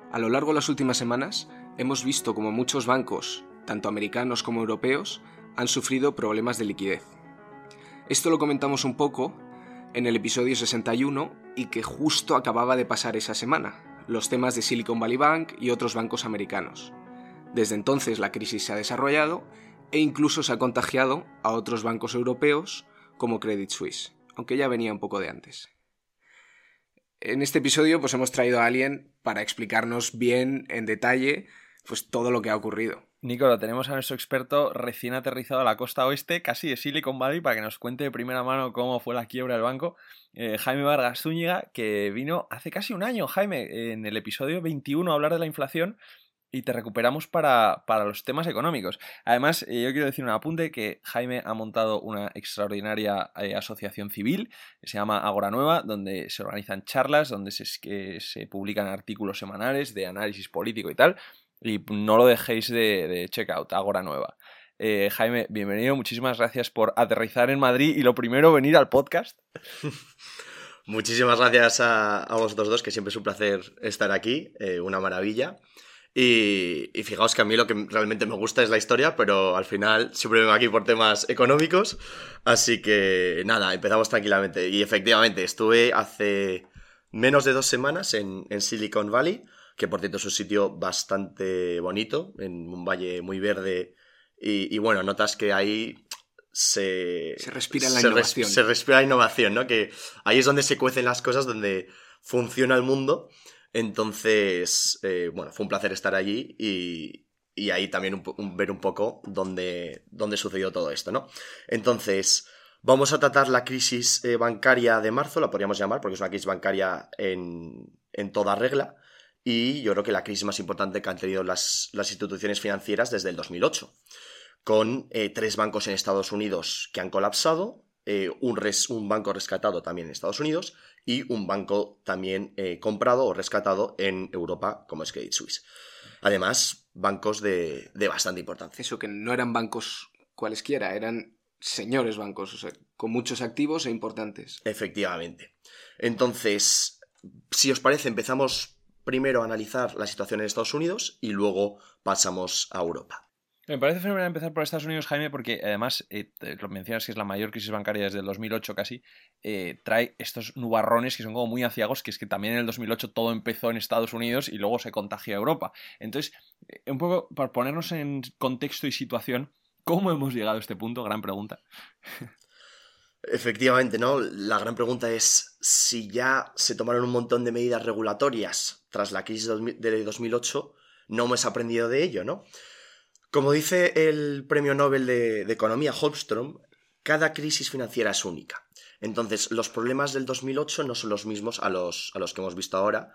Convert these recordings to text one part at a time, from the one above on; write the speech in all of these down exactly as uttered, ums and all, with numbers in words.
A lo largo de las últimas semanas hemos visto como muchos bancos, tanto americanos como europeos, han sufrido problemas de liquidez. Esto lo comentamos un poco en el episodio sesenta y uno y que justo acababa de pasar esa semana, los temas de Silicon Valley Bank y otros bancos americanos. Desde entonces la crisis se ha desarrollado e incluso se ha contagiado a otros bancos europeos como Credit Suisse, aunque ya venía un poco de antes. En este episodio pues hemos traído a alguien para explicarnos bien, en detalle, pues todo lo que ha ocurrido. Nico, lo tenemos a nuestro experto recién aterrizado a la costa oeste, casi de Silicon Valley, para que nos cuente de primera mano cómo fue la quiebra del banco. Eh, Jaime Vargas Zúñiga, que vino hace casi un año, Jaime, en el episodio veintiuno a hablar de la inflación y te recuperamos para, para los temas económicos. Además, eh, yo quiero decir un apunte que Jaime ha montado una extraordinaria eh, asociación civil que se llama Agora Nueva, donde se organizan charlas, donde se, que se publican artículos semanales de análisis político y tal. Y no lo dejéis de, de check out, Agora Nueva. Eh, Jaime, bienvenido, muchísimas gracias por aterrizar en Madrid y lo primero, venir al podcast. Muchísimas gracias a, a vosotros dos, que siempre es un placer estar aquí, eh, una maravilla. Y, y fijaos que a mí lo que realmente me gusta es la historia, pero al final siempre vengo aquí por temas económicos, así que nada, empezamos tranquilamente. Y efectivamente, estuve hace menos de dos semanas en, en Silicon Valley, que por cierto es un sitio bastante bonito, en un valle muy verde, y, y bueno, notas que ahí se... Se respira la se innovación. Res, se respira la innovación, ¿no? Que ahí es donde se cuecen las cosas, donde funciona el mundo. Entonces, eh, bueno, fue un placer estar allí y, y ahí también un, un, ver un poco dónde, dónde sucedió todo esto, ¿no? Entonces, vamos a tratar la crisis eh, bancaria de marzo, la podríamos llamar, porque es una crisis bancaria en, en toda regla. Y yo creo que la crisis más importante que han tenido las, las instituciones financieras desde el dos mil ocho, con eh, tres bancos en Estados Unidos que han colapsado, eh, un, res, un banco rescatado también en Estados Unidos y un banco también eh, comprado o rescatado en Europa, como es Credit Suisse. Además, bancos de, de bastante importancia. Eso, que no eran bancos cualesquiera, eran señores bancos, o sea, con muchos activos e importantes. Efectivamente. Entonces, si os parece, empezamos primero a analizar la situación en Estados Unidos y luego pasamos a Europa. Me parece fenomenal empezar por Estados Unidos, Jaime, porque además, eh, lo mencionas que es la mayor crisis bancaria desde el dos mil ocho casi, eh, trae estos nubarrones que son como muy aciagos, que es que también en el dos mil ocho todo empezó en Estados Unidos y luego se contagió a Europa. Entonces, eh, un poco para ponernos en contexto y situación, ¿cómo hemos llegado a este punto? Gran pregunta. Efectivamente, ¿no? La gran pregunta es si ya se tomaron un montón de medidas regulatorias tras la crisis de dos mil ocho, no hemos aprendido de ello, ¿no? Como dice el premio Nobel de, de Economía, Holmström, cada crisis financiera es única. Entonces, los problemas del dos mil ocho no son los mismos a los, a los que hemos visto ahora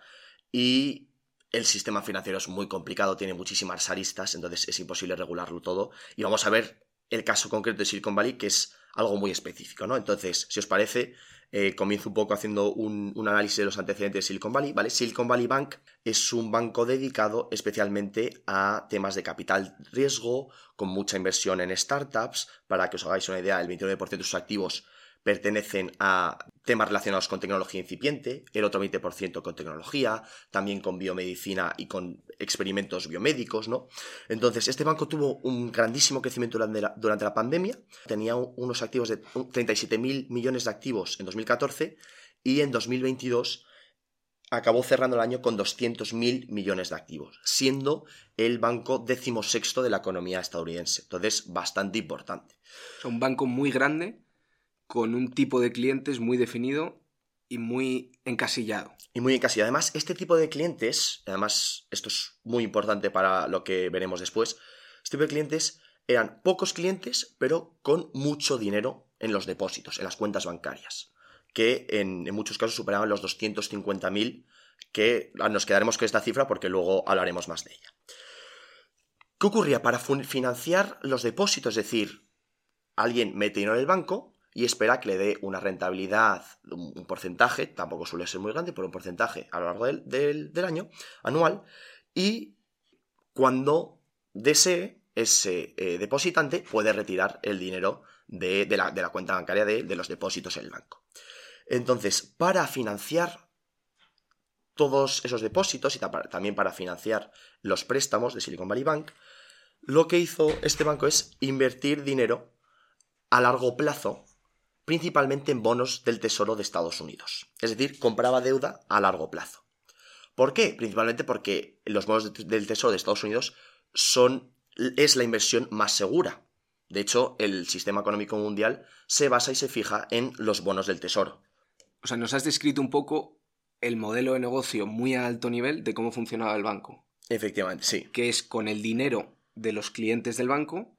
y el sistema financiero es muy complicado, tiene muchísimas aristas, entonces es imposible regularlo todo. Y vamos a ver el caso concreto de Silicon Valley, que es algo muy específico, ¿no? Entonces, si os parece, eh, comienzo un poco haciendo un, un análisis de los antecedentes de Silicon Valley, ¿vale? Silicon Valley Bank es un banco dedicado especialmente a temas de capital riesgo, con mucha inversión en startups. Para que os hagáis una idea, el veintinueve por ciento de sus activos pertenecen a temas relacionados con tecnología incipiente, el otro veinte por ciento con tecnología, también con biomedicina y con experimentos biomédicos, ¿no? Entonces, este banco tuvo un grandísimo crecimiento durante la, durante la pandemia, tenía unos activos de treinta y siete mil millones de activos en dos mil catorce y en dos mil veintidós acabó cerrando el año con doscientos mil millones de activos, siendo el banco decimosexto de la economía estadounidense. Entonces, bastante importante. Es un banco muy grande, con un tipo de clientes muy definido y muy encasillado. Y muy encasillado. Además, este tipo de clientes, además, esto es muy importante para lo que veremos después, este tipo de clientes eran pocos clientes, pero con mucho dinero en los depósitos, en las cuentas bancarias, que en, en muchos casos superaban los doscientos cincuenta mil, que nos quedaremos con esta cifra porque luego hablaremos más de ella. ¿Qué ocurría? Para financiar los depósitos, es decir, alguien mete dinero en el banco y espera que le dé una rentabilidad, un porcentaje, tampoco suele ser muy grande, pero un porcentaje a lo largo del, del, del año, anual, y cuando desee, ese eh, depositante puede retirar el dinero de, de, la, de la cuenta bancaria de, de los depósitos en el banco. Entonces, para financiar todos esos depósitos y también para financiar los préstamos de Silicon Valley Bank, lo que hizo este banco es invertir dinero a largo plazo, principalmente en bonos del Tesoro de Estados Unidos. Es decir, compraba deuda a largo plazo. ¿Por qué? Principalmente porque los bonos del Tesoro de Estados Unidos son, es la inversión más segura. De hecho, el sistema económico mundial se basa y se fija en los bonos del Tesoro. O sea, nos has descrito un poco el modelo de negocio muy a alto nivel de cómo funcionaba el banco. Efectivamente, sí. Que es con el dinero de los clientes del banco,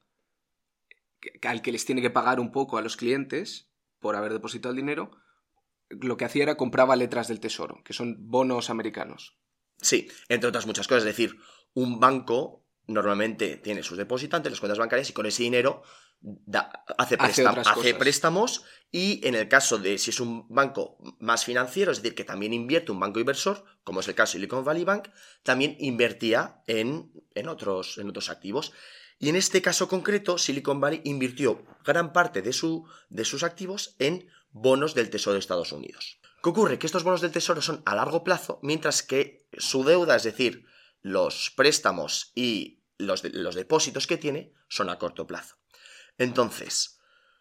al que les tiene que pagar un poco a los clientes por haber depositado el dinero, lo que hacía era compraba letras del Tesoro, que son bonos americanos. Sí, entre otras muchas cosas. Es decir, un banco normalmente tiene sus depositantes, las cuentas bancarias, y con ese dinero da, hace, préstamo, hace, hace préstamos, y en el caso de si es un banco más financiero, es decir, que también invierte, un banco inversor, como es el caso de Silicon Valley Bank, también invertía en, en, otros, en otros activos. Y en este caso concreto, Silicon Valley invirtió gran parte de, su, de sus activos en bonos del Tesoro de Estados Unidos. ¿Qué ocurre? Que estos bonos del Tesoro son a largo plazo, mientras que su deuda, es decir, los préstamos y los, de, los depósitos que tiene, son a corto plazo. Entonces,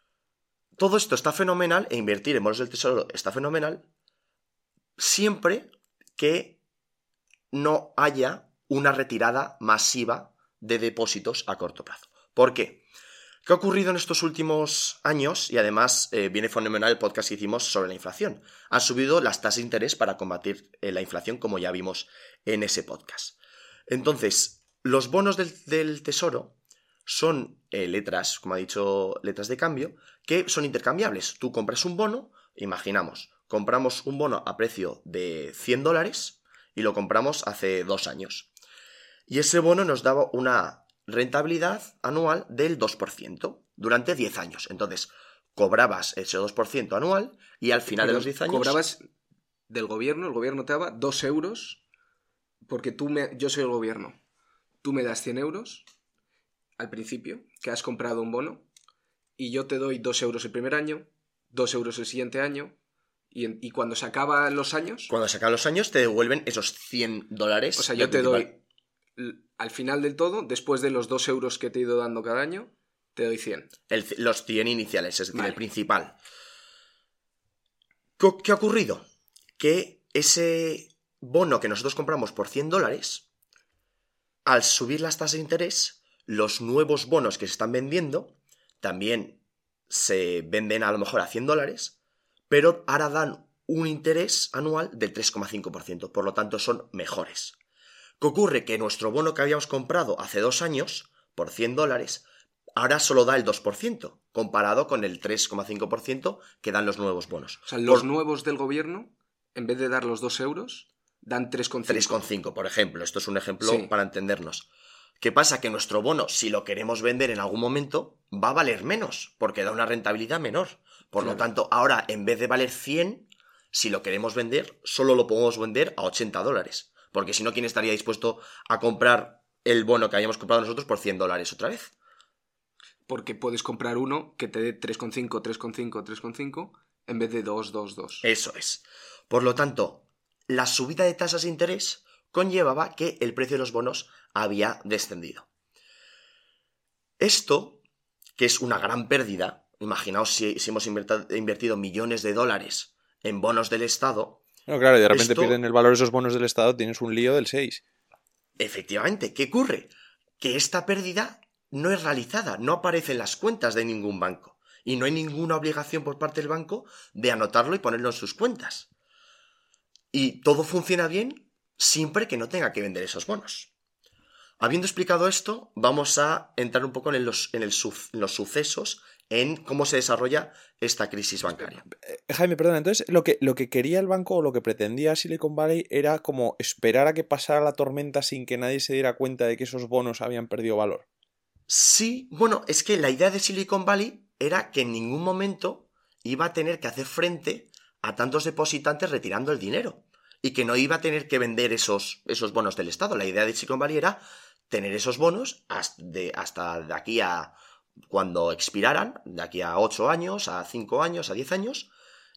todo esto está fenomenal, e invertir en bonos del Tesoro está fenomenal, siempre que no haya una retirada masiva de depósitos a corto plazo. ¿Por qué? ¿Qué ha ocurrido en estos últimos años? Y además eh, viene fenomenal el podcast que hicimos sobre la inflación. Han subido las tasas de interés para combatir eh, la inflación, como ya vimos en ese podcast. Entonces, los bonos del, del Tesoro son eh, letras, como ha dicho, letras de cambio, que son intercambiables. Tú compras un bono, imaginamos, compramos un bono a precio de cien dólares y lo compramos hace dos años. Y ese bono nos daba una rentabilidad anual del dos por ciento durante diez años. Entonces, cobrabas ese dos por ciento anual y al final Pero de los diez años... Cobrabas del gobierno, el gobierno te daba dos euros, porque tú me, yo soy el gobierno. Tú me das cien euros al principio, que has comprado un bono, y yo te doy dos euros el primer año, dos euros el siguiente año, y, en, y cuando se acaban los años... Cuando se acaban los años te devuelven esos cien dólares. O sea, yo te doy... Al final del todo, después de los dos euros que te he ido dando cada año, te doy cien. El, los cien iniciales, es decir, vale. El principal. ¿Qué, ¿Qué ha ocurrido? Que ese bono que nosotros compramos por cien dólares, al subir las tasas de interés, los nuevos bonos que se están vendiendo también se venden a lo mejor a cien dólares, pero ahora dan un interés anual del tres coma cinco por ciento, por lo tanto son mejores. ¿Qué ocurre? Que nuestro bono que habíamos comprado hace dos años, por cien dólares, ahora solo da el dos por ciento, comparado con el tres coma cinco por ciento que dan los nuevos bonos. O sea, los por... nuevos del gobierno, en vez de dar los dos euros, dan tres coma cinco. tres coma cinco, por ejemplo. Esto es un ejemplo sí. para entendernos. ¿Qué pasa? Que nuestro bono, si lo queremos vender en algún momento, va a valer menos, porque da una rentabilidad menor. Por claro. lo tanto, ahora, en vez de valer cien, si lo queremos vender, solo lo podemos vender a ochenta dólares. Porque si no, ¿quién estaría dispuesto a comprar el bono que habíamos comprado nosotros por cien dólares otra vez? Porque puedes comprar uno que te dé tres coma cinco, tres coma cinco, tres coma cinco en vez de dos, dos, dos. Eso es. Por lo tanto, la subida de tasas de interés conllevaba que el precio de los bonos había descendido. Esto, que es una gran pérdida, imaginaos si, si hemos invertido millones de dólares en bonos del Estado... No, claro, y de repente esto... pierden el valor esos bonos del Estado, tienes un lío del seis. Efectivamente, ¿qué ocurre? Que esta pérdida no es realizada, no aparece en las cuentas de ningún banco y no hay ninguna obligación por parte del banco de anotarlo y ponerlo en sus cuentas. Y todo funciona bien siempre que no tenga que vender esos bonos. Habiendo explicado esto, vamos a entrar un poco en los, en el, en los sucesos, en cómo se desarrolla esta crisis bancaria. Jaime, perdona, entonces lo que, lo que quería el banco o lo que pretendía Silicon Valley era como esperar a que pasara la tormenta sin que nadie se diera cuenta de que esos bonos habían perdido valor. Sí, bueno, es que la idea de Silicon Valley era que en ningún momento iba a tener que hacer frente a tantos depositantes retirando el dinero y que no iba a tener que vender esos, esos bonos del Estado. La idea de Silicon Valley era tener esos bonos hasta de, hasta de aquí a cuando expiraran, de aquí a ocho años, a cinco años, a diez años,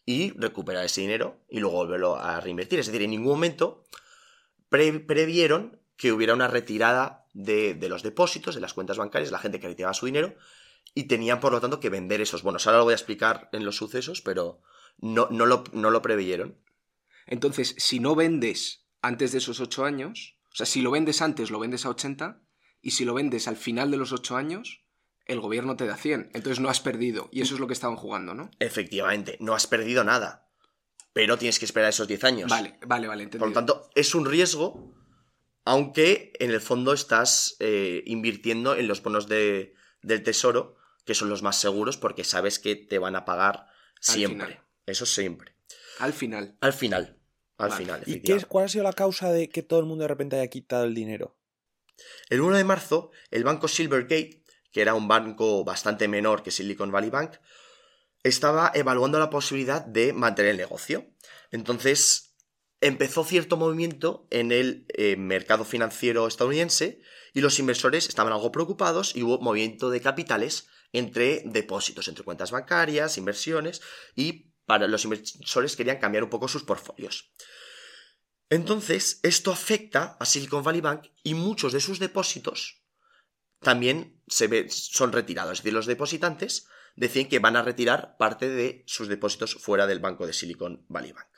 y recuperar ese dinero y luego volverlo a reinvertir. Es decir, en ningún momento pre- previeron que hubiera una retirada de, de los depósitos, de las cuentas bancarias, la gente que retiraba su dinero, y tenían, por lo tanto, que vender esos bonos. Ahora lo voy a explicar en los sucesos, pero no, no, lo, no lo preveyeron. Entonces, si no vendes antes de esos ocho años, o sea, si lo vendes antes, lo vendes a ochenta, y si lo vendes al final de los ocho años, el gobierno te da cien. Entonces no has perdido. Y eso es lo que estaban jugando, ¿no? Efectivamente, no has perdido nada, pero tienes que esperar esos diez años. Vale, vale, vale, entendido. Por lo tanto, es un riesgo, aunque en el fondo estás eh, invirtiendo en los bonos de, del tesoro, que son los más seguros porque sabes que te van a pagar siempre. Al Eso siempre. Al final. Al final. Al Vale. final. ¿Y qué es, cuál ha sido la causa de que todo el mundo de repente haya quitado el dinero? El uno de marzo, el banco Silvergate, que era un banco bastante menor que Silicon Valley Bank, estaba evaluando la posibilidad de mantener el negocio. Entonces, empezó cierto movimiento en el eh, mercado financiero estadounidense y los inversores estaban algo preocupados y hubo movimiento de capitales entre depósitos, entre cuentas bancarias, inversiones, y para los inversores querían cambiar un poco sus portfolios. Entonces, esto afecta a Silicon Valley Bank y muchos de sus depósitos también se ve, son retirados. Es decir, los depositantes deciden que van a retirar parte de sus depósitos fuera del banco de Silicon Valley Bank.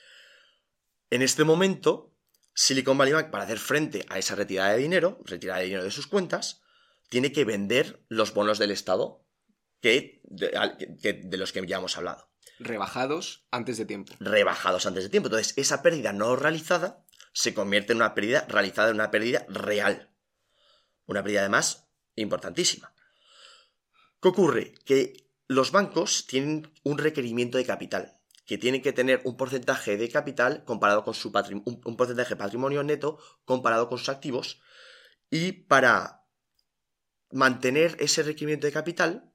En este momento, Silicon Valley Bank, para hacer frente a esa retirada de dinero, retirada de dinero de sus cuentas, tiene que vender los bonos del Estado que, de, que, de los que ya hemos hablado. Rebajados antes de tiempo. Rebajados antes de tiempo. Entonces, esa pérdida no realizada se convierte en una pérdida realizada, en una pérdida real. Una pérdida, además, importantísima. ¿Qué ocurre? Que los bancos tienen un requerimiento de capital, que tienen que tener un porcentaje de capital comparado con su patrimonio, un, un porcentaje de patrimonio neto comparado con sus activos, y para mantener ese requerimiento de capital,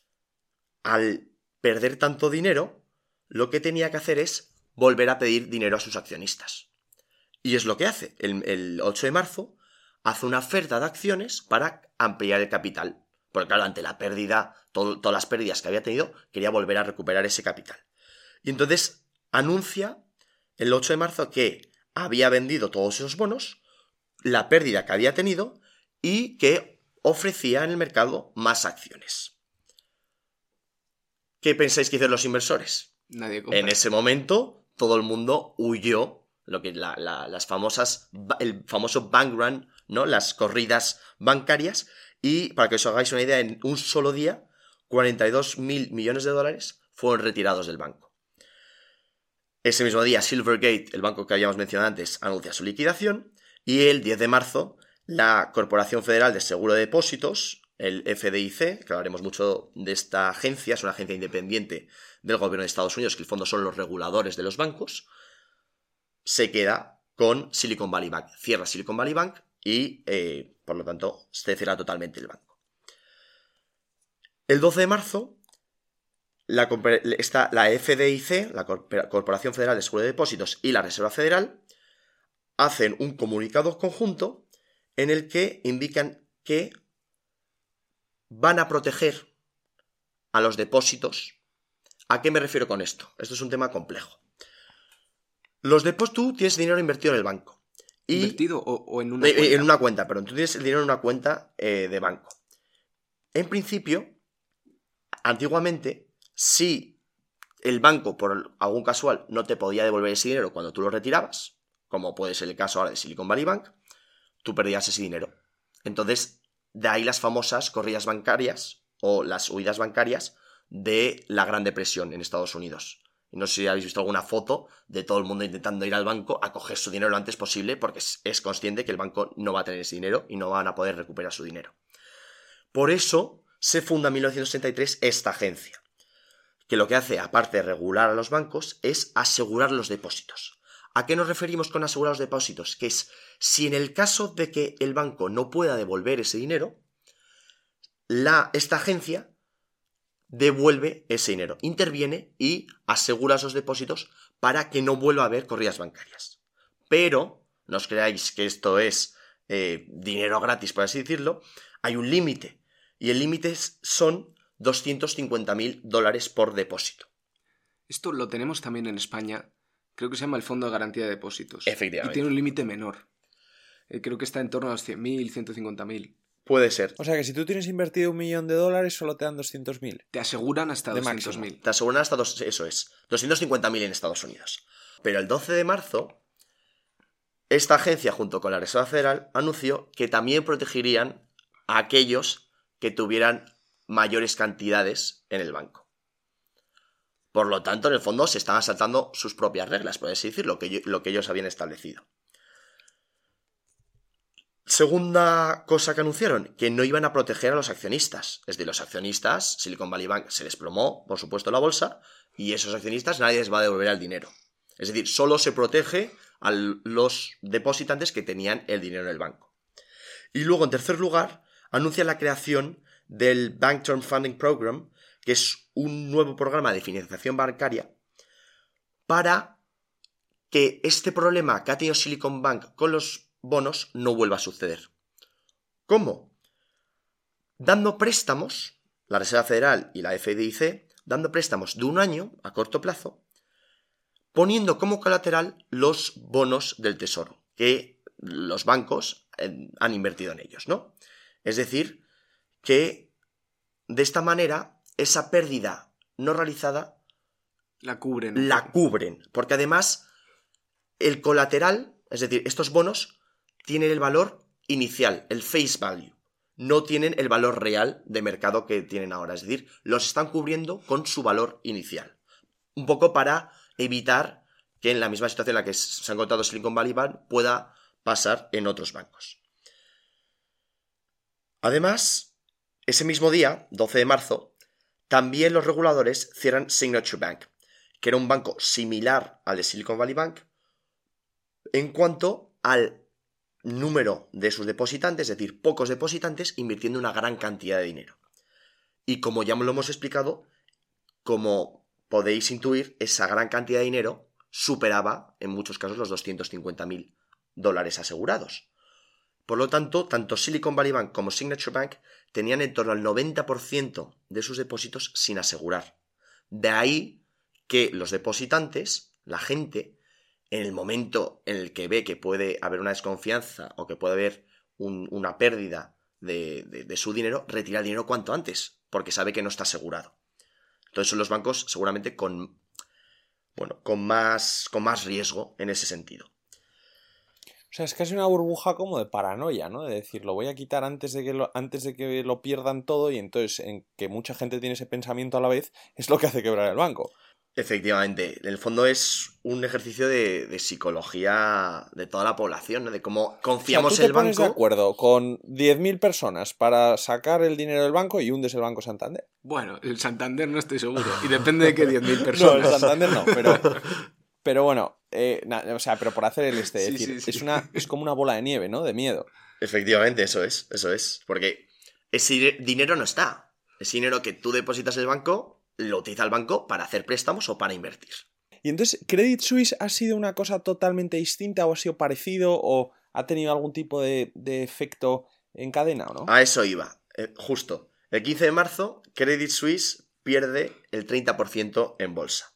al perder tanto dinero, lo que tenía que hacer es volver a pedir dinero a sus accionistas. Y es lo que hace. El, el ocho de marzo hace una oferta de acciones para ampliar el capital. Porque claro, ante la pérdida, todo, todas las pérdidas que había tenido, quería volver a recuperar ese capital. Y entonces anuncia el ocho de marzo que había vendido todos esos bonos, la pérdida que había tenido y que ofrecía en el mercado más acciones. ¿Qué pensáis que hicieron los inversores? Nadie compra. En ese momento, todo el mundo huyó, lo que la, la, las famosas, el famoso bank run, ¿no? Las corridas bancarias, y para que os hagáis una idea, en un solo día, cuarenta y dos mil millones de dólares fueron retirados del banco. Ese mismo día, Silvergate, el banco que habíamos mencionado antes, anuncia su liquidación, y el diez de marzo, la Corporación Federal de Seguro de Depósitos, el F D I C, que hablaremos mucho de esta agencia, es una agencia independiente del gobierno de Estados Unidos, que en el fondo son los reguladores de los bancos, se queda con Silicon Valley Bank. Cierra Silicon Valley Bank y, eh, por lo tanto, se cierra totalmente el banco. El doce de marzo, la, está la F D I C, la Corporación Federal de Seguro de Depósitos, y la Reserva Federal hacen un comunicado conjunto en el que indican que van a proteger a los depósitos. ¿A qué me refiero con esto? Esto es un tema complejo. Los depósitos, tú tienes dinero invertido en el banco. Y, ¿Invertido o, o en una eh, cuenta? En una cuenta, perdón. Tú tienes el dinero en una cuenta eh, de banco. En principio, antiguamente, si el banco, por algún casual, no te podía devolver ese dinero cuando tú lo retirabas, como puede ser el caso ahora de Silicon Valley Bank, tú perdías ese dinero. Entonces, de ahí las famosas corridas bancarias o las huidas bancarias de la Gran Depresión en Estados Unidos. Y no sé si habéis visto alguna foto de todo el mundo intentando ir al banco a coger su dinero lo antes posible porque es consciente que el banco no va a tener ese dinero y no van a poder recuperar su dinero. Por eso se funda en mil novecientos sesenta y tres esta agencia, que lo que hace, aparte de regular a los bancos, es asegurar los depósitos. ¿A qué nos referimos con asegurar los depósitos? Que es, si en el caso de que el banco no pueda devolver ese dinero, la, esta agencia devuelve ese dinero, interviene y asegura esos depósitos para que no vuelva a haber corridas bancarias. Pero, no os creáis que esto es eh, dinero gratis, por así decirlo, hay un límite, y el límite son doscientos cincuenta mil dólares por depósito. Esto lo tenemos también en España. Creo que se llama el Fondo de Garantía de Depósitos. Efectivamente. Y tiene un límite menor. Eh, creo que está en torno a los cien mil, ciento cincuenta mil. Puede ser. O sea que si tú tienes invertido un millón de dólares, solo te dan doscientos mil. Te aseguran hasta De doscientos mil. Te aseguran hasta dos, eso es, doscientos cincuenta mil en Estados Unidos. Pero el doce de marzo, esta agencia, junto con la Reserva Federal, anunció que también protegerían a aquellos que tuvieran mayores cantidades en el banco. Por lo tanto, en el fondo, se estaban saltando sus propias reglas, por así decirlo, lo que, lo que ellos habían establecido. Segunda cosa que anunciaron, que no iban a proteger a los accionistas. Es decir, los accionistas, Silicon Valley Bank se desplomó, por supuesto, la bolsa, y esos accionistas nadie les va a devolver el dinero. Es decir, solo se protege a los depositantes que tenían el dinero en el banco. Y luego, en tercer lugar, anuncian la creación del Bank Term Funding Program, que es un nuevo programa de financiación bancaria para que este problema que ha tenido Silicon Bank con los bonos no vuelva a suceder. ¿Cómo? Dando préstamos, la Reserva Federal y la F D I C, dando préstamos de un año a corto plazo, poniendo como colateral los bonos del Tesoro, que los bancos eh, han invertido en ellos, ¿no? Es decir, que de esta manera esa pérdida no realizada La cubren. la cubren, porque además el colateral, es decir, estos bonos tienen el valor inicial, el face value, no tienen el valor real de mercado que tienen ahora, es decir, los están cubriendo con su valor inicial, un poco para evitar que en la misma situación en la que se ha encontrado Silicon Valley Bank pueda pasar en otros bancos. Además, ese mismo día, doce de marzo, también los reguladores cierran Signature Bank, que era un banco similar al de Silicon Valley Bank en cuanto al número de sus depositantes, es decir, pocos depositantes invirtiendo una gran cantidad de dinero. Y como ya lo hemos explicado, como podéis intuir, esa gran cantidad de dinero superaba en muchos casos los doscientos cincuenta mil dólares asegurados. Por lo tanto, tanto Silicon Valley Bank como Signature Bank tenían en torno al noventa por ciento de sus depósitos sin asegurar. De ahí que los depositantes, la gente, en el momento en el que ve que puede haber una desconfianza o que puede haber un, una pérdida de, de, de su dinero, retira el dinero cuanto antes, porque sabe que no está asegurado. Entonces son los bancos seguramente con, bueno, con, más, con más riesgo en ese sentido. O sea, es casi una burbuja como de paranoia, ¿no? De decir, lo voy a quitar antes de que lo, antes de que lo pierdan todo, y entonces en que mucha gente tiene ese pensamiento a la vez es lo que hace quebrar el banco. Efectivamente, en el fondo es un ejercicio de, de psicología de toda la población, ¿no? De cómo confiamos o sea, tú te en el pones banco. de acuerdo con diez mil personas para sacar el dinero del banco y hundes el Banco Santander. Bueno, el Santander no estoy seguro. Y depende de qué diez mil No, personas. el Santander no, pero, pero bueno, eh, na, o sea, pero por hacer el este, es Sí, decir, sí, sí. Es, una, es como una bola de nieve, ¿no? De miedo. Efectivamente, eso es, eso es. Porque ese dinero no está. Ese dinero que tú depositas en el banco lo utiliza el banco para hacer préstamos o para invertir. Y entonces, ¿Credit Suisse ha sido una cosa totalmente distinta o ha sido parecido o ha tenido algún tipo de, de efecto en cadena o no? A eso iba, eh, justo. El quince de marzo, Credit Suisse pierde el treinta por ciento en bolsa.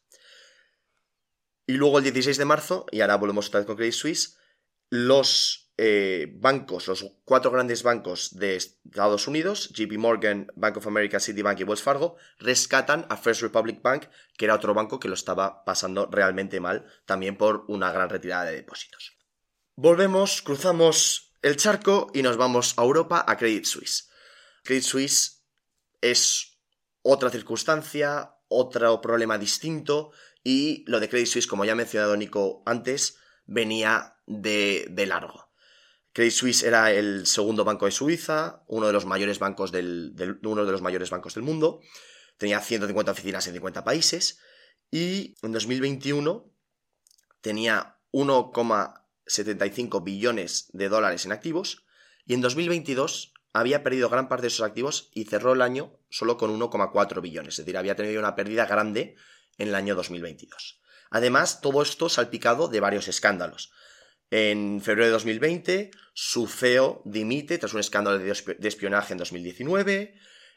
Y luego el dieciséis de marzo, y ahora volvemos otra vez con Credit Suisse, los eh, bancos, los cuatro grandes bancos de Estados Unidos, J P Morgan, Bank of America, Citibank y Wells Fargo, rescatan a First Republic Bank, que era otro banco que lo estaba pasando realmente mal, también por una gran retirada de depósitos. Volvemos, cruzamos el charco y nos vamos a Europa, a Credit Suisse. Credit Suisse es otra circunstancia, otro problema distinto, y lo de Credit Suisse, como ya ha mencionado Nico antes, venía de, de largo. Credit Suisse era el segundo banco de Suiza, uno de los mayores bancos del, del, uno de los mayores bancos del mundo. Tenía ciento cincuenta oficinas en cincuenta países y en dos mil veintiuno tenía uno coma setenta y cinco billones de dólares en activos y en dos mil veintidós había perdido gran parte de esos activos y cerró el año solo con uno coma cuatro billones. Es decir, había tenido una pérdida grande en el año dos mil veintidós. Además, todo esto salpicado de varios escándalos. En febrero de dos mil veinte, su C E O dimite tras un escándalo de espionaje en dos mil diecinueve.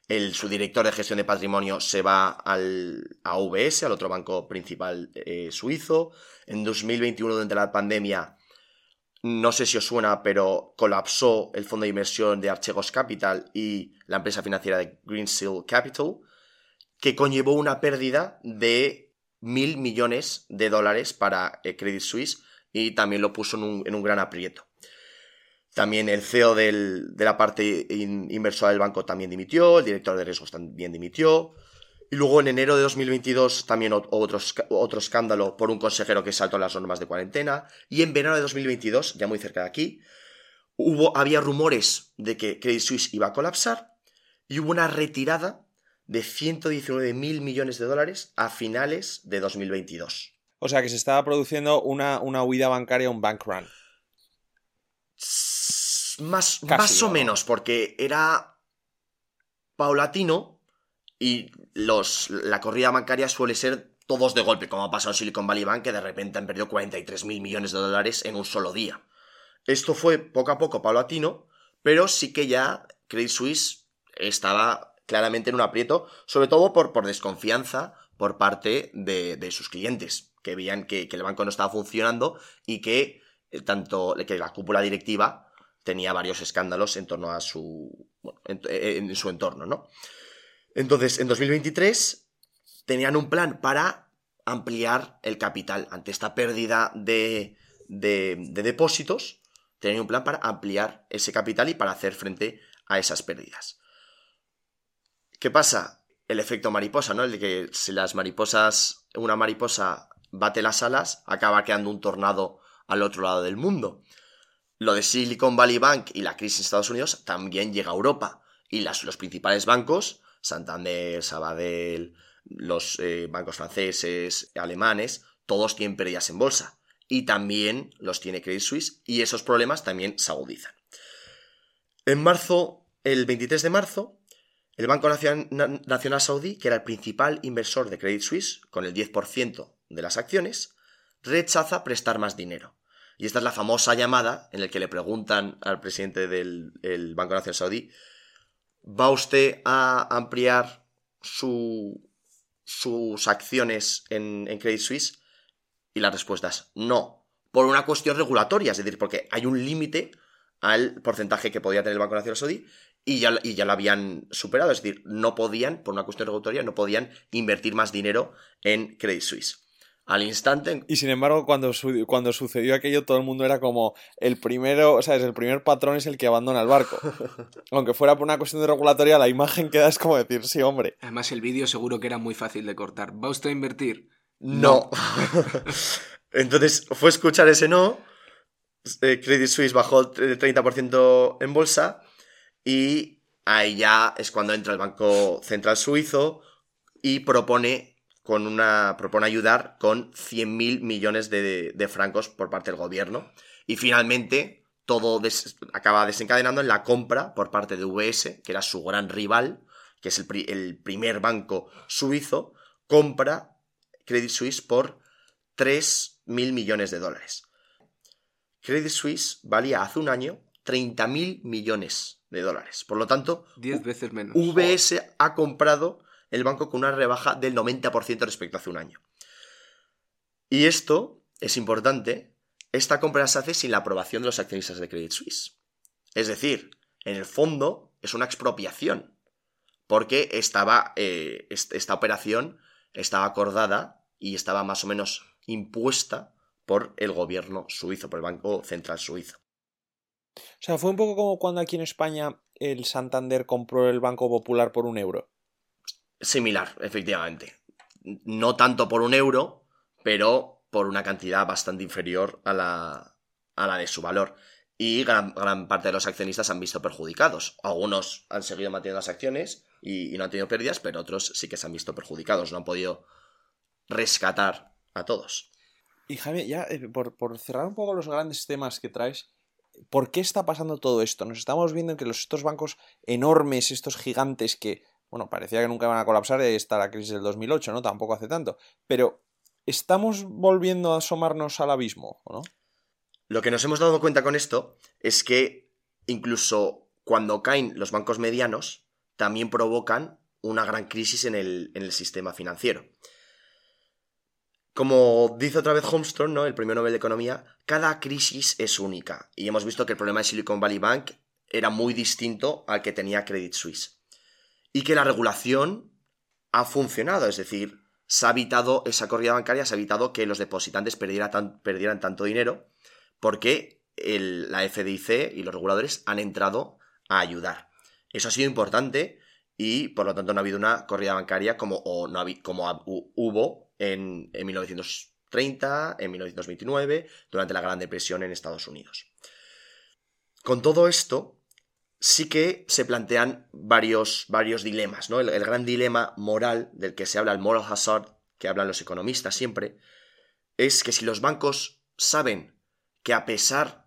el, su director de gestión de patrimonio se va al, a U B S, al otro banco principal eh, suizo. En dos mil veintiuno, durante la pandemia, no sé si os suena, pero colapsó el fondo de inversión de Archegos Capital y la empresa financiera de Greensill Capital, que conllevó una pérdida de mil millones de dólares para eh, Credit Suisse y también lo puso en un, en un gran aprieto. También el C E O del, de la parte in, inversora del banco también dimitió, el director de riesgos también dimitió. Y luego en enero de dos mil veintidós también otro, otro escándalo por un consejero que saltó las normas de cuarentena. Y en verano de dos mil veintidós, ya muy cerca de aquí, hubo, había rumores de que Credit Suisse iba a colapsar y hubo una retirada de ciento diecinueve mil millones de dólares a finales de dos mil veintidós. O sea que se estaba produciendo una, una huida bancaria, un bank run. Más, Casi, más o ¿no? menos, porque era paulatino y los, la corrida bancaria suele ser todos de golpe, como ha pasado en Silicon Valley Bank, que de repente han perdido cuarenta y tres mil millones de dólares en un solo día. Esto fue poco a poco paulatino, pero sí que ya Credit Suisse estaba claramente en un aprieto, sobre todo por, por desconfianza por parte de, de sus clientes, que veían que, que el banco no estaba funcionando y que, eh, tanto, que la cúpula directiva tenía varios escándalos en torno a su, bueno, en, en su entorno, ¿no? Entonces, en dos mil veintitrés tenían un plan para ampliar el capital. Ante esta pérdida de, de, de depósitos, tenían un plan para ampliar ese capital y para hacer frente a esas pérdidas. ¿Qué pasa? El efecto mariposa, ¿no? El de que si las mariposas, una mariposa bate las alas, acaba quedando un tornado al otro lado del mundo. Lo de Silicon Valley Bank y la crisis en Estados Unidos también llega a Europa. Y las, los principales bancos, Santander, Sabadell, los eh, bancos franceses, alemanes, todos tienen pérdidas en bolsa. Y también los tiene Credit Suisse y esos problemas también se agudizan. En marzo, el veintitrés de marzo, el Banco Nacional, Nacional Saudí, que era el principal inversor de Credit Suisse, con el diez por ciento de las acciones, rechaza prestar más dinero. Y esta es la famosa llamada en la que le preguntan al presidente del el Banco Nacional Saudí: ¿va usted a ampliar su, sus acciones en, en Credit Suisse? Y la respuesta es no, por una cuestión regulatoria, es decir, porque hay un límite al porcentaje que podía tener el Banco Nacional Saudí y ya, y ya lo habían superado, es decir, no podían, por una cuestión regulatoria, no podían invertir más dinero en Credit Suisse. Al instante... Y sin embargo, cuando, su cuando sucedió aquello, todo el mundo era como el primero, o sea, el primer patrón es el que abandona el barco. Aunque fuera por una cuestión de regulatoria, la imagen queda es como decir, sí, hombre. Además, el vídeo seguro que era muy fácil de cortar. ¿Va usted a invertir? No. Entonces, fue escuchar ese no. Credit Suisse bajó el treinta por ciento en bolsa y ahí ya es cuando entra el Banco Central Suizo y propone... Con una, propone ayudar con cien mil millones de, de, de francos por parte del gobierno. Y finalmente todo des, acaba desencadenando en la compra por parte de U B S, que era su gran rival, que es el, pri, el primer banco suizo, compra Credit Suisse por tres mil millones de dólares. Credit Suisse valía hace un año treinta mil millones de dólares. Por lo tanto, diez veces menos. U B S ha comprado el banco con una rebaja del noventa por ciento respecto a hace un año. Y esto es importante, esta compra se hace sin la aprobación de los accionistas de Credit Suisse. Es decir, en el fondo es una expropiación, porque estaba, eh, esta operación estaba acordada y estaba más o menos impuesta por el gobierno suizo, por el Banco Central Suizo. O sea, fue un poco como cuando aquí en España el Santander compró el Banco Popular por un euro. Similar, efectivamente. No tanto por un euro, pero por una cantidad bastante inferior a la, a la de su valor. Y gran, gran parte de los accionistas han visto perjudicados. Algunos han seguido manteniendo las acciones y, y no han tenido pérdidas, pero otros sí que se han visto perjudicados. No han podido rescatar a todos. Y Jaime, ya eh, por, por cerrar un poco los grandes temas que traes, ¿por qué está pasando todo esto? Nos estamos viendo que los, estos bancos enormes, estos gigantes que... Bueno, parecía que nunca iban a colapsar hasta la crisis del dos mil ocho, ¿no? Tampoco hace tanto. Pero, ¿estamos volviendo a asomarnos al abismo, o no? Lo que nos hemos dado cuenta con esto es que incluso cuando caen los bancos medianos, también provocan una gran crisis en el, en el sistema financiero. Como dice otra vez Holmstrom, ¿no?, el premio Nobel de Economía, cada crisis es única. Y hemos visto que el problema de Silicon Valley Bank era muy distinto al que tenía Credit Suisse. Y que la regulación ha funcionado, es decir, se ha evitado esa corrida bancaria, se ha evitado que los depositantes perdieran, tan, perdieran tanto dinero, porque el, la F D I C y los reguladores han entrado a ayudar. Eso ha sido importante y, por lo tanto, no ha habido una corrida bancaria como, o no ha, como ha, hubo en, en mil novecientos treinta, en mil novecientos veintinueve, durante la Gran Depresión en Estados Unidos. Con todo esto, sí que se plantean varios, varios dilemas, ¿no? El, el gran dilema moral del que se habla, el moral hazard, que hablan los economistas siempre, es que si los bancos saben que a pesar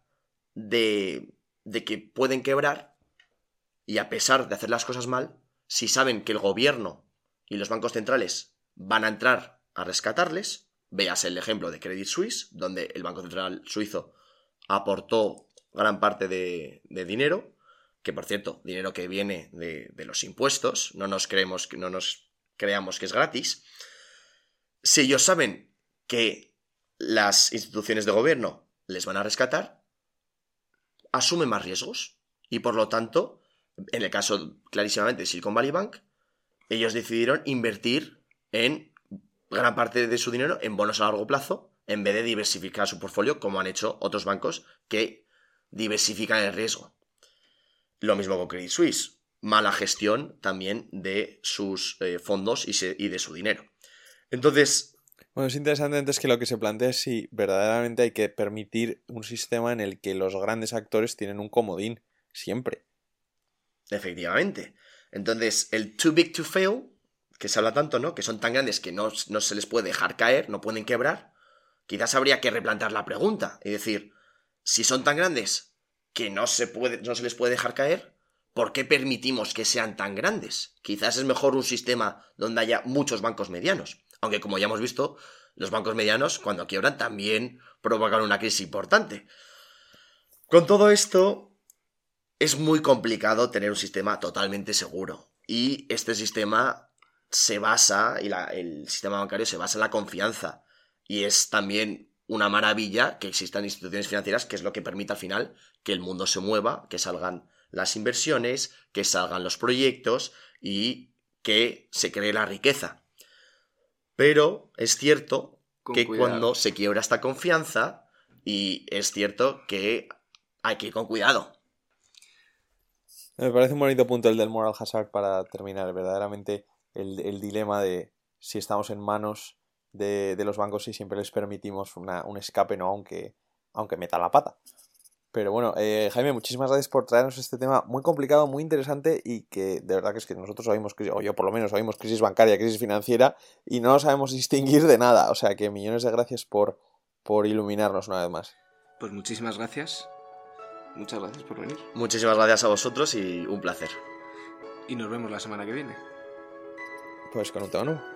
de, de que pueden quebrar y a pesar de hacer las cosas mal, si saben que el gobierno y los bancos centrales van a entrar a rescatarles, veas el ejemplo de Credit Suisse, donde el Banco Central Suizo aportó gran parte de, de dinero, que por cierto, dinero que viene de, de los impuestos, no nos creemos, no nos creamos que es gratis. Si ellos saben que las instituciones de gobierno les van a rescatar, asumen más riesgos y por lo tanto, en el caso clarísimamente de Silicon Valley Bank, ellos decidieron invertir en gran parte de su dinero en bonos a largo plazo en vez de diversificar su portfolio como han hecho otros bancos que diversifican el riesgo. Lo mismo con Credit Suisse. Mala gestión también de sus eh, fondos y, se, y de su dinero. Entonces... Bueno, es interesante entonces que lo que se plantea es si verdaderamente hay que permitir un sistema en el que los grandes actores tienen un comodín, siempre. Efectivamente. Entonces, el too big to fail, que se habla tanto, ¿no?, que son tan grandes que no, no se les puede dejar caer, no pueden quebrar, quizás habría que replantear la pregunta y decir, si son tan grandes que no se, puede, no se les puede dejar caer, ¿por qué permitimos que sean tan grandes? Quizás es mejor un sistema donde haya muchos bancos medianos. Aunque, como ya hemos visto, los bancos medianos, cuando quiebran, también provocan una crisis importante. Con todo esto, es muy complicado tener un sistema totalmente seguro. Y este sistema se basa, y la, el sistema bancario se basa en la confianza. Y es también una maravilla que existan instituciones financieras, que es lo que permite al final que el mundo se mueva, que salgan las inversiones, que salgan los proyectos y que se cree la riqueza. Pero es cierto Con que cuidado. Cuando se quiebra esta confianza, y es cierto que hay que ir con cuidado. Me parece un bonito punto el del moral hazard para terminar. Verdaderamente el, el dilema de si estamos en manos de, de los bancos y siempre les permitimos una, un escape, ¿no? Aunque, aunque meta la pata. Pero bueno, eh, Jaime, muchísimas gracias por traernos este tema muy complicado, muy interesante y que de verdad que es que nosotros oímos, o yo por lo menos oímos crisis bancaria, crisis financiera y no lo sabemos distinguir de nada. O sea que millones de gracias por, por iluminarnos una vez más. Pues muchísimas gracias. Muchas gracias por venir. Muchísimas gracias a vosotros y un placer. Y nos vemos la semana que viene. Pues con un tema nuevo.